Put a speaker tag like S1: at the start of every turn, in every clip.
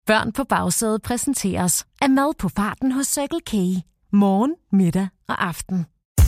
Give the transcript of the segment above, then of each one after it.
S1: Børn på bagsædet præsenteres af mad på farten hos Circle K. Morgen, middag og aften.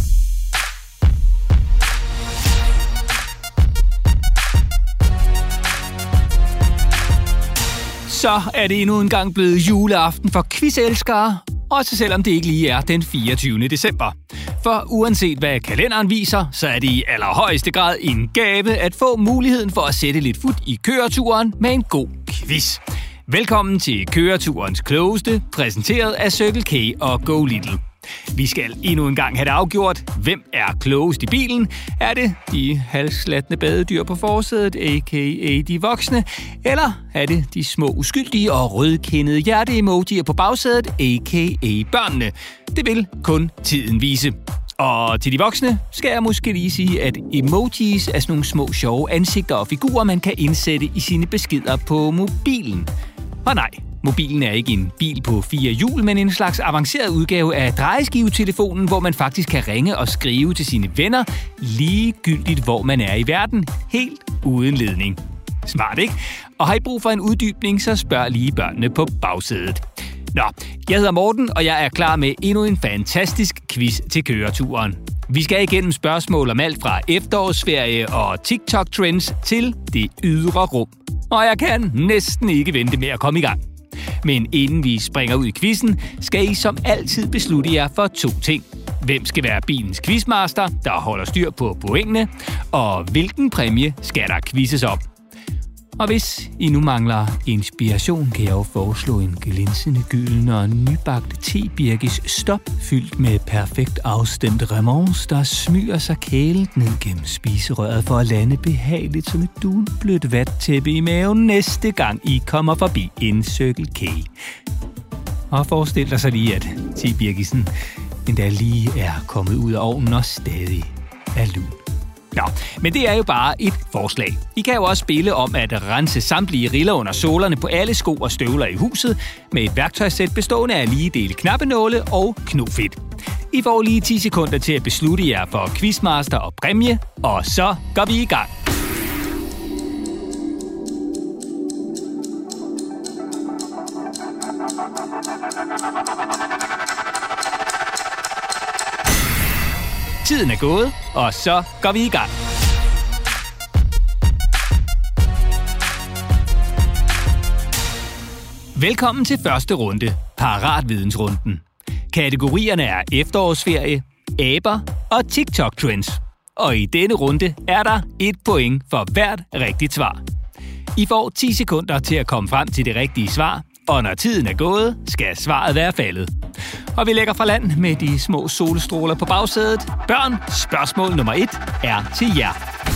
S2: Så er det endnu en gang blevet juleaften for quizelskere, også selvom det ikke lige er den 24. december. For uanset hvad kalenderen viser, så er det i allerhøjeste grad en gave at få muligheden for at sætte lidt fut i køreturen med en god quiz. Velkommen til Køreturens klogeste, præsenteret af Circle K og Go Little. Vi skal endnu en gang have det afgjort. Hvem er klogest i bilen? Er det de halvslattende badedyr på forsædet, a.k.a. de voksne? Eller er det de små uskyldige og rødkindede hjerte-emojier på bagsædet, a.k.a. børnene? Det vil kun tiden vise. Og til de voksne skal jeg måske lige sige, at emojis er sådan nogle små sjove ansigter og figurer, man kan indsætte i sine beskeder på mobilen. Og nej, mobilen er ikke en bil på 4 hjul, men en slags avanceret udgave af drejeskivetelefonen, hvor man faktisk kan ringe og skrive til sine venner, ligegyldigt hvor man er i verden, helt uden ledning. Smart, ikke? Og har I brug for en uddybning, så spørg lige børnene på bagsædet. Nå, jeg hedder Morten, og jeg er klar med endnu en fantastisk quiz til køreturen. Vi skal igennem spørgsmål om alt fra efterårsferie og TikTok-trends til det ydre rum. Og jeg kan næsten ikke vente med at komme i gang. Men inden vi springer ud i quizzen, skal I som altid beslutte jer for 2 ting. Hvem skal være bilens quizmaster, der holder styr på pointene, og hvilken præmie skal der quizzes op? Og hvis I nu mangler inspiration, kan jeg jo foreslå en glinsende gylden og nybagt tebirkes stop, fyldt med perfekt afstemt remonce, der smyger sig kælet ned gennem spiserøret for at lande behageligt som et dunblødt vattæppe i maven næste gang I kommer forbi en Circle K. Og forestil dig så lige, at tebirkesen endda lige er kommet ud af ovnen og stadig er lun. Nå, men det er jo bare et forslag. I kan jo også spille om at rense samtlige riller under sålerne på alle sko og støvler i huset med et værktøjssæt bestående af lige dele knappenåle og knofedt. I får lige 10 sekunder til at beslutte jer for quizmaster og præmie, og så går vi i gang. Tiden er gået, og så går vi i gang. Velkommen til første runde, Paratvidensrunden. Kategorierne er efterårsferie, aber og TikTok-trends. Og i denne runde er der 1 point for hvert rigtigt svar. I får 10 sekunder til at komme frem til det rigtige svar, og når tiden er gået, skal svaret være faldet. Og vi lægger fra land med de små solstråler på bagsædet. Børn, spørgsmål nummer 1 er til jer.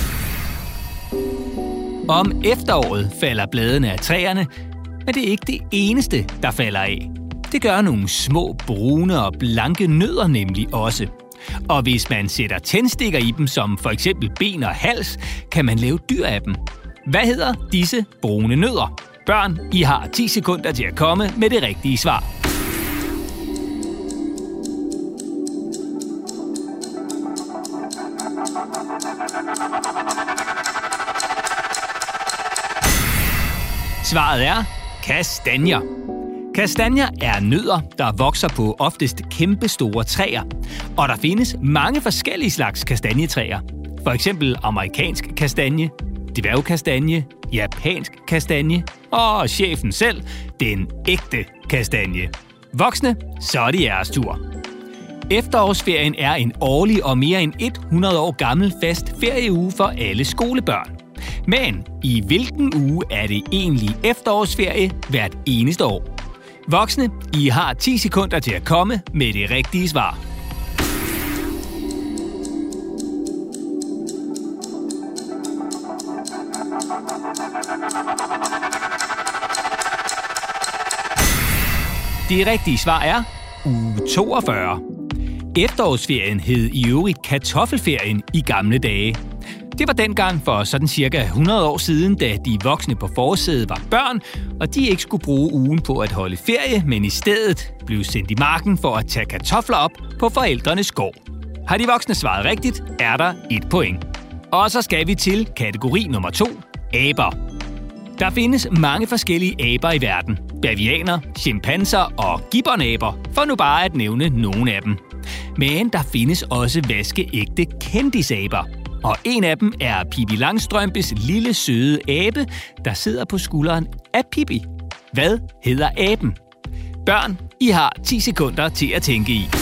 S2: Om efteråret falder bladene af træerne, men det er ikke det eneste, der falder af. Det gør nogle små brune og blanke nødder nemlig også. Og hvis man sætter tændstikker i dem, som for eksempel ben og hals, kan man lave dyr af dem. Hvad hedder disse brune nødder? Børn, I har 10 sekunder til at komme med det rigtige svar. Svaret er kastanjer. Kastanjer er nødder, der vokser på oftest kæmpe store træer. Og der findes mange forskellige slags kastanjetræer. For eksempel amerikansk kastanje, dværgkastanje, japansk kastanje og chefen selv, den ægte kastanje. Voksne, så er det jeres tur. Efterårsferien er en årlig og mere end 100 år gammel fast ferieuge for alle skolebørn. Men i hvilken uge er det egentlig efterårsferie hvert eneste år? Voksne, I har 10 sekunder til at komme med det rigtige svar. Det rigtige svar er uge 42. Efterårsferien hed i øvrigt kartoffelferien i gamle dage. Det var dengang for sådan cirka 100 år siden, da de voksne på forsædet var børn, og de ikke skulle bruge ugen på at holde ferie, men i stedet blev sendt i marken for at tage kartofler op på forældrenes gård. Har de voksne svaret rigtigt, er der 1 point. Og så skal vi til kategori nummer 2, aber. Der findes mange forskellige aber i verden, bavianer, chimpanser og gibberaber, for nu bare at nævne nogle af dem. Men der findes også vaskeægte kendisaber. Og en af dem er Pippi Langstrømpes lille søde abe, der sidder på skulderen af Pippi. Hvad hedder aben? Børn, I har 10 sekunder til at tænke i.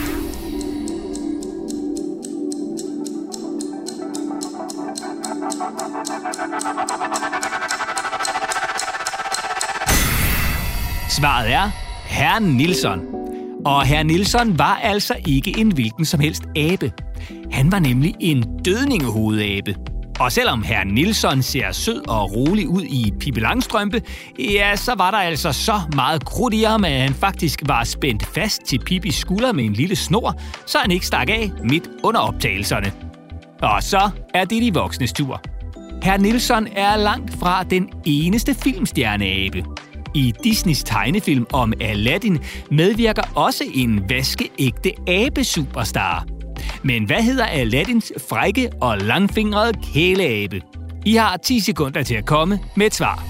S2: Svaret er Herr Nilsson. Og Herr Nilsson var altså ikke en hvilken som helst abe. Han var nemlig en dødningehovedabe. Og selvom Herr Nilsson ser sød og rolig ud i Pippi Langstrømpe, ja, så var der altså så meget krudt i ham, at han faktisk var spændt fast til Pippis skulder med en lille snor, så han ikke stak af midt under optagelserne. Og så er det de voksnes tur. Herr Nilsson er langt fra den eneste filmstjerneabe. I Disneys tegnefilm om Aladdin medvirker også en vaskeægte abe-superstar. Men hvad hedder Aladdins frække og langfingrede kæleabe? I har 10 sekunder til at komme med et svar.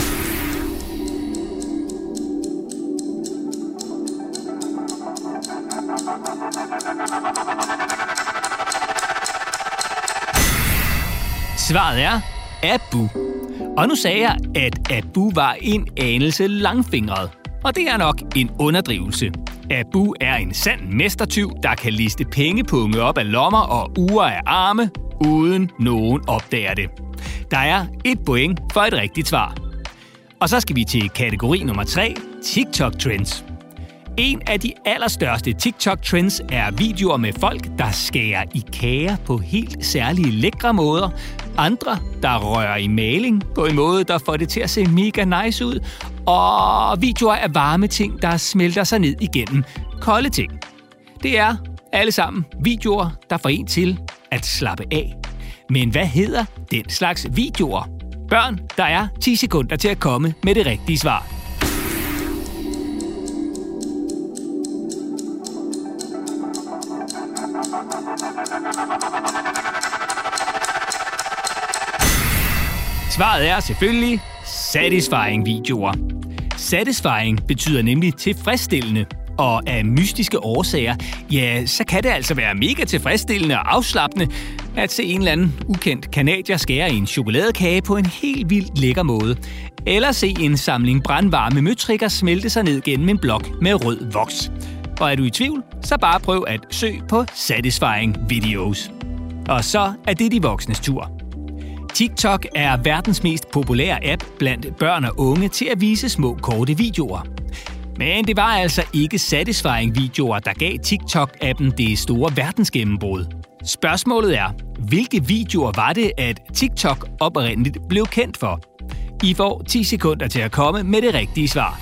S2: Svaret er Abu. Og nu sagde jeg, at Abu var en anelse langfingret. Og det er nok en underdrivelse. Abu er en sand mestertyv, der kan liste pengepunge op af lommer og uger af arme, uden nogen opdager det. Der er 1 point for et rigtigt svar. Og så skal vi til kategori nummer 3, TikTok-trends. En af de allerstørste TikTok-trends er videoer med folk, der skærer i kager på helt særlige lækre måder. Andre, der rører i maling på en måde, der får det til at se mega nice ud. Og videoer af varme ting, der smelter sig ned igennem kolde ting. Det er alle sammen videoer, der får en til at slappe af. Men hvad hedder den slags videoer? Børn, der er 10 sekunder til at komme med det rigtige svar. Svaret er selvfølgelig satisfying-videoer. Satisfying betyder nemlig tilfredsstillende, og af mystiske årsager, ja, så kan det altså være mega tilfredsstillende og afslappende at se en eller anden ukendt canadier skære i en chokoladekage på en helt vildt lækker måde. Eller se en samling brandvarme møtrikker smelte sig ned gennem en blok med rød voks. Og er du i tvivl, så bare prøv at søge på satisfying videos. Og så er det de voksnes tur. TikTok er verdens mest populære app blandt børn og unge til at vise små korte videoer. Men det var altså ikke satisfying-videoer, der gav TikTok-appen det store verdensgennembrud. Spørgsmålet er, hvilke videoer var det, at TikTok oprindeligt blev kendt for? I får 10 sekunder til at komme med det rigtige svar.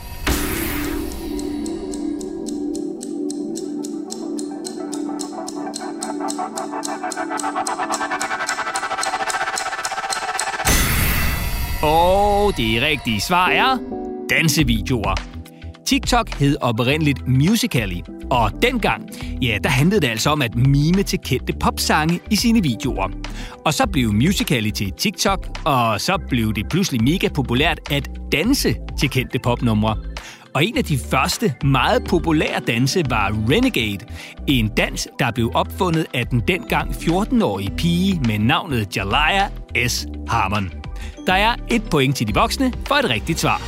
S2: Og det rigtige svar er dansevideoer. TikTok hed oprindeligt Musical.ly, og dengang, ja, der handlede det altså om at mime til kendte popsange i sine videoer. Og så blev Musical.ly til TikTok, og så blev det pludselig mega populært at danse til kendte popnumre. Og en af de første meget populære danse var Renegade, en dans, der blev opfundet af den dengang 14-årige pige med navnet Jalaiah S. Harmon. Der er 1 point til de voksne for et rigtigt svar.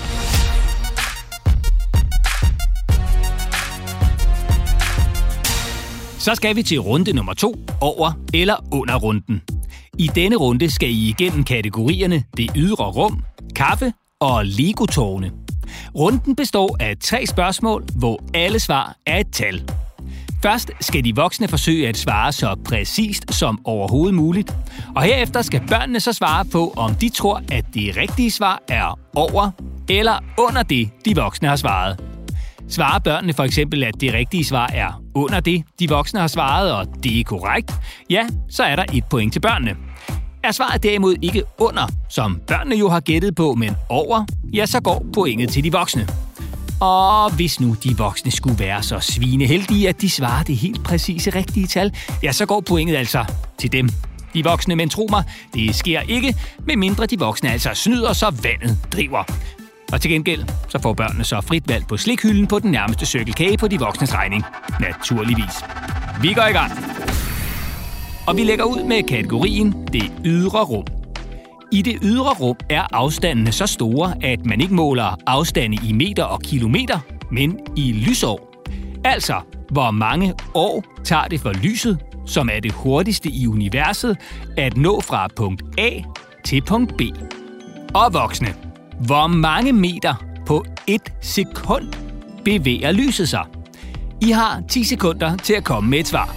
S2: Så skal vi til runde nummer 2, over eller under runden. I denne runde skal I igennem kategorierne det ydre rum, kaffe og Lego-tårne. Runden består af 3 spørgsmål, hvor alle svar er et tal. Først skal de voksne forsøge at svare så præcist som overhovedet muligt. Og herefter skal børnene så svare på, om de tror, at det rigtige svar er over eller under det, de voksne har svaret. Svarer børnene for eksempel, at det rigtige svar er under det, de voksne har svaret, og det er korrekt, ja, så er der 1 point til børnene. Er svaret derimod ikke under, som børnene jo har gættet på, men over, ja, så går pointet til de voksne. Og hvis nu de voksne skulle være så svineheldige, at de svarer det helt præcise rigtige tal, ja, så går pointet altså til dem. De voksne, men tro mig, det sker ikke, medmindre de voksne altså snyder, så vandet driver. Og til gengæld, så får børnene så frit valg på slikhylden på den nærmeste Circle K på de voksnes regning. Naturligvis. Vi går i gang. Og vi lægger ud med kategorien det ydre rum. I det ydre rum er afstandene så store, at man ikke måler afstande i meter og kilometer, men i lysår. Altså, hvor mange år tager det for lyset, som er det hurtigste i universet, at nå fra punkt A til punkt B. Og voksne, hvor mange meter på 1 sekund bevæger lyset sig? I har 10 sekunder til at komme med et svar.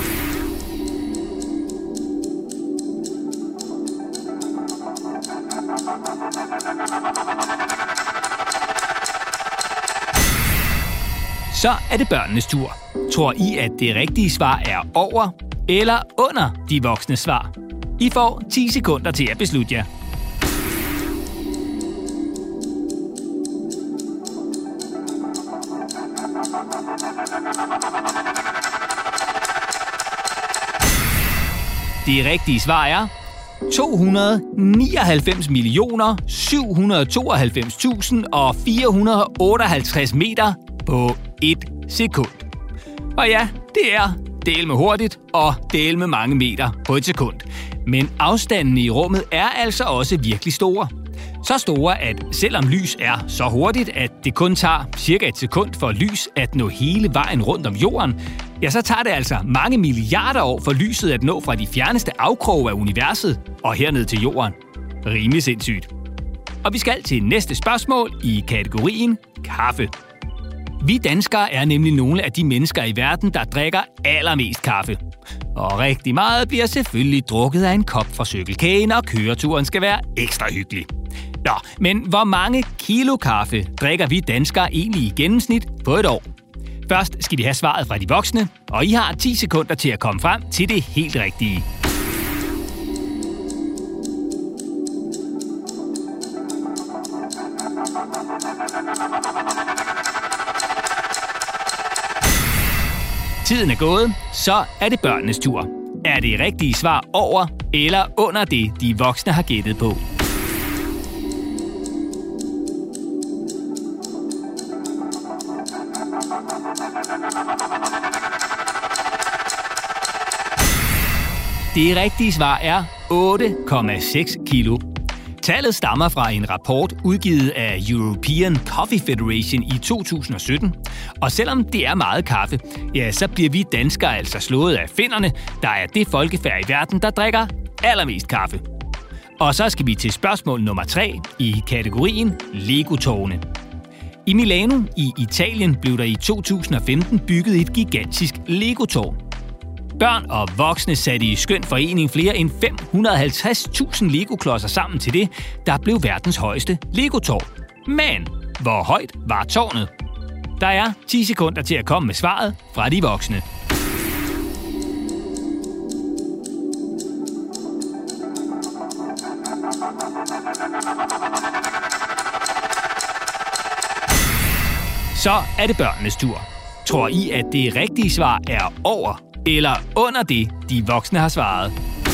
S2: Så er det børnenes tur. Tror I, at det rigtige svar er over eller under de voksnes svar? I får 10 sekunder til at beslutte jer. Det rigtige svar er 299.792.458 meter på 1 sekund. Og ja, det er del med hurtigt og del med mange meter på 1 sekund. Men afstandene i rummet er altså også virkelig store. Så store, at selvom lys er så hurtigt, at det kun tager cirka 1 sekund for lys at nå hele vejen rundt om jorden, ja, så tager det altså mange milliarder år for lyset at nå fra de fjerneste afkroge af universet og herned til jorden. Rimelig sindssygt. Og vi skal til næste spørgsmål i kategorien kaffe. Vi danskere er nemlig nogle af de mennesker i verden, der drikker allermest kaffe. Og rigtig meget bliver selvfølgelig drukket af en kop fra Circle K, når køreturen skal være ekstra hyggelig. Nå, men hvor mange kilo kaffe drikker vi danskere egentlig i gennemsnit på et år? Først skal vi have svaret fra de voksne, og I har 10 sekunder til at komme frem til det helt rigtige. Tiden er gået, så er det børnenes tur. Er det rigtige svar over eller under det, de voksne har gættet på? Det rigtige svar er 8,6 kilo. Tallet stammer fra en rapport udgivet af European Coffee Federation i 2017. Og selvom det er meget kaffe, ja, så bliver vi danskere altså slået af finnerne, der er det folkefærd i verden, der drikker allermest kaffe. Og så skal vi til spørgsmål nummer 3 i kategorien Lego-tårne. I Milano i Italien blev der i 2015 bygget et gigantisk Lego-tårn. Børn og voksne satte i skøn forening flere end 550.000 Lego-klodser sammen til det, der blev verdens højeste Lego-tårn. Men hvor højt var tårnet? Der er 10 sekunder til at komme med svaret fra de voksne. Så er det børnenes tur. Tror I, at det rigtige svar er over eller under det, de voksne har svaret?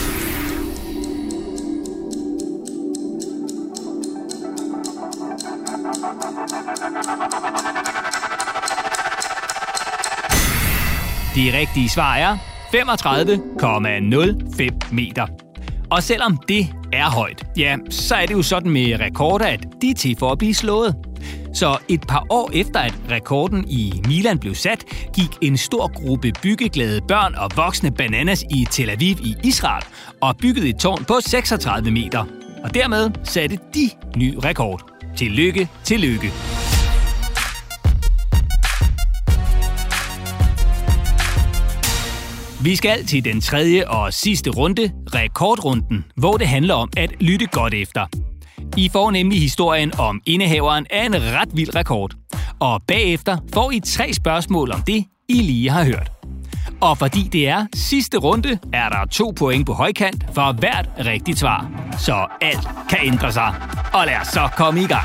S2: Det rigtige svar er 35,05 meter. Og selvom det er højt, ja, så er det jo sådan med rekorder, at de er til for at blive slået. Så et par år efter, at rekorden i Milan blev sat, gik en stor gruppe byggeglade børn og voksne bananas i Tel Aviv i Israel og byggede et tårn på 36 meter. Og dermed satte de ny rekord. Tillykke, tillykke. Vi skal til den tredje og sidste runde, rekordrunden, hvor det handler om at lytte godt efter. I får nemlig historien om indehaveren af en ret vild rekord. Og bagefter får I 3 spørgsmål om det, I lige har hørt. Og fordi det er sidste runde, er der 2 point på højkant for hvert rigtigt svar. Så alt kan ændre sig. Og lad os så komme i gang.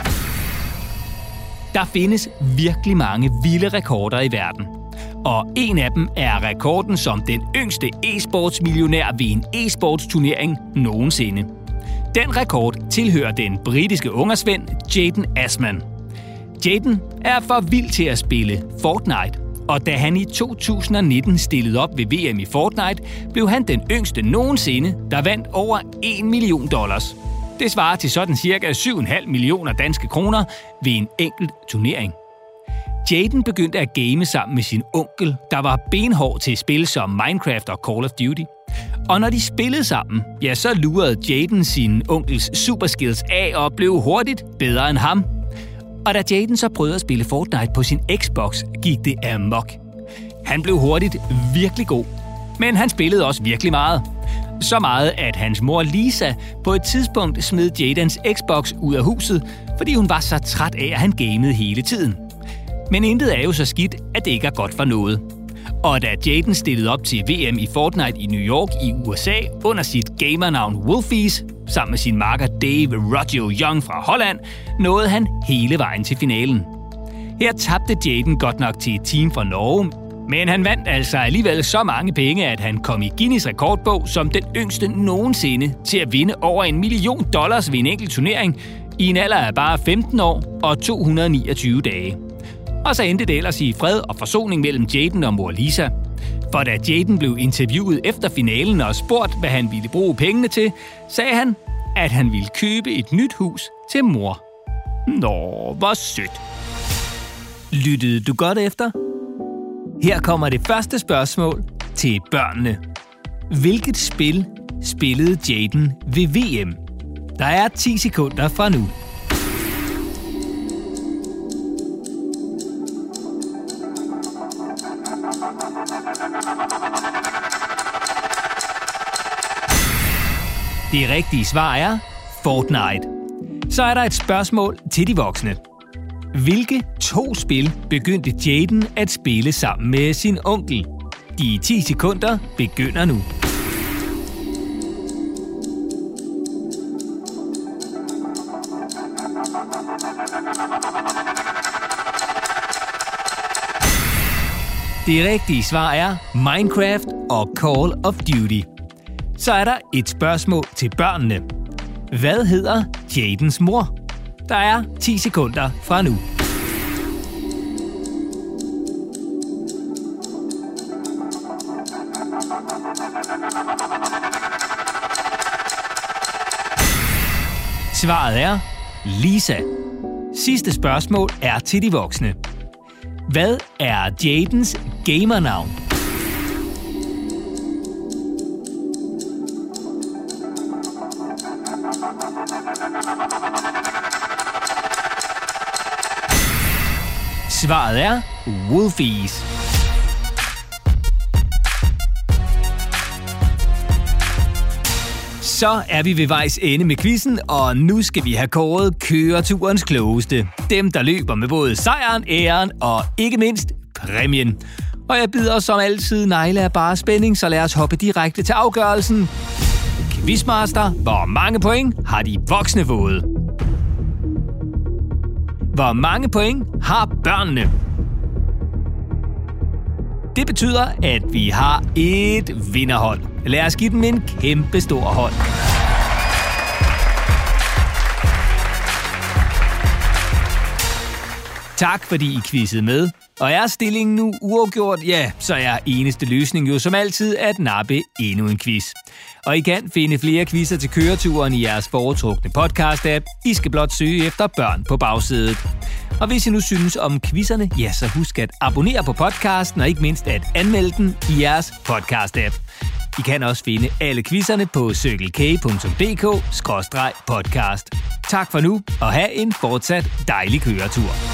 S2: Der findes virkelig mange vilde rekorder i verden. Og en af dem er rekorden som den yngste e-sportsmillionær ved en e-sportsturnering nogensinde. Den rekord tilhører den britiske ungersvend Jaden Ashman. Jaden er for vild til at spille Fortnite, og da han i 2019 stillede op ved VM i Fortnite, blev han den yngste nogensinde, der vandt over $1 million. Det svarer til sådan cirka 7,5 millioner danske kroner ved en enkelt turnering. Jaden begyndte at game sammen med sin onkel, der var benhård til spil som Minecraft og Call of Duty. Og når de spillede sammen, ja, så lurede Jaden sin onkels superskills af og blev hurtigt bedre end ham. Og da Jaden så prøvede at spille Fortnite på sin Xbox, gik det amok. Han blev hurtigt virkelig god, men han spillede også virkelig meget. Så meget, at hans mor Lisa på et tidspunkt smed Jadens Xbox ud af huset, fordi hun var så træt af, at han gamede hele tiden. Men intet er jo så skidt, at det ikke er godt for noget. Og da Jaden stillede op til VM i Fortnite i New York i USA under sit gamernavn Wolfies, sammen med sin makker Dave Roggio Young fra Holland, nåede han hele vejen til finalen. Her tabte Jaden godt nok til et team fra Norge, men han vandt altså alligevel så mange penge, at han kom i Guinness rekordbog som den yngste nogensinde til at vinde over $1 million ved en enkelt turnering i en alder af bare 15 år og 229 dage. Og så endte det ellers i fred og forsoning mellem Jaden og mor Lisa. For da Jaden blev interviewet efter finalen og spurgt, hvad han ville bruge pengene til, sagde han, at han ville købe et nyt hus til mor. Nå, hvor sødt. Lyttede du godt efter? Her kommer det første spørgsmål til børnene. Hvilket spil spillede Jaden ved VM? Der er 10 sekunder fra nu. Det rigtige svar er Fortnite. Så er der et spørgsmål til de voksne. Hvilke 2 spil begyndte Jaden at spille sammen med sin onkel? De 10 sekunder begynder nu. Det rigtige svar er Minecraft og Call of Duty. Så er der et spørgsmål til børnene. Hvad hedder Jadens mor? Der er 10 sekunder fra nu. Svaret er Lisa. Sidste spørgsmål er til de voksne. Hvad er Jadens gamernavn? Svaret er Wolfies. Så er vi ved vejs ende med quizzen, og nu skal vi have kåret køreturens klogeste. Dem, der løber med både sejren, æren og ikke mindst præmien. Og jeg bider som altid negle af bare spænding, så lad os hoppe direkte til afgørelsen. Quizmaster, hvor mange point har de voksne fået? Hvor mange point har børnene? Det betyder, at vi har et vinderhold. Lad os give dem en kæmpe stor hånd. Tak fordi I quizzede med. Og er stillingen nu uafgjort, ja, så er eneste løsning jo som altid at nappe endnu en quiz. Og I kan finde flere quizzer til køreturen i jeres foretrukne podcast-app. I skal blot søge efter børn på bagsædet. Og hvis I nu synes om quizzerne, ja, så husk at abonnere på podcasten og ikke mindst at anmelde den i jeres podcast-app. I kan også finde alle quizzerne på circlek.dk/podcast. Tak for nu, og have en fortsat dejlig køretur.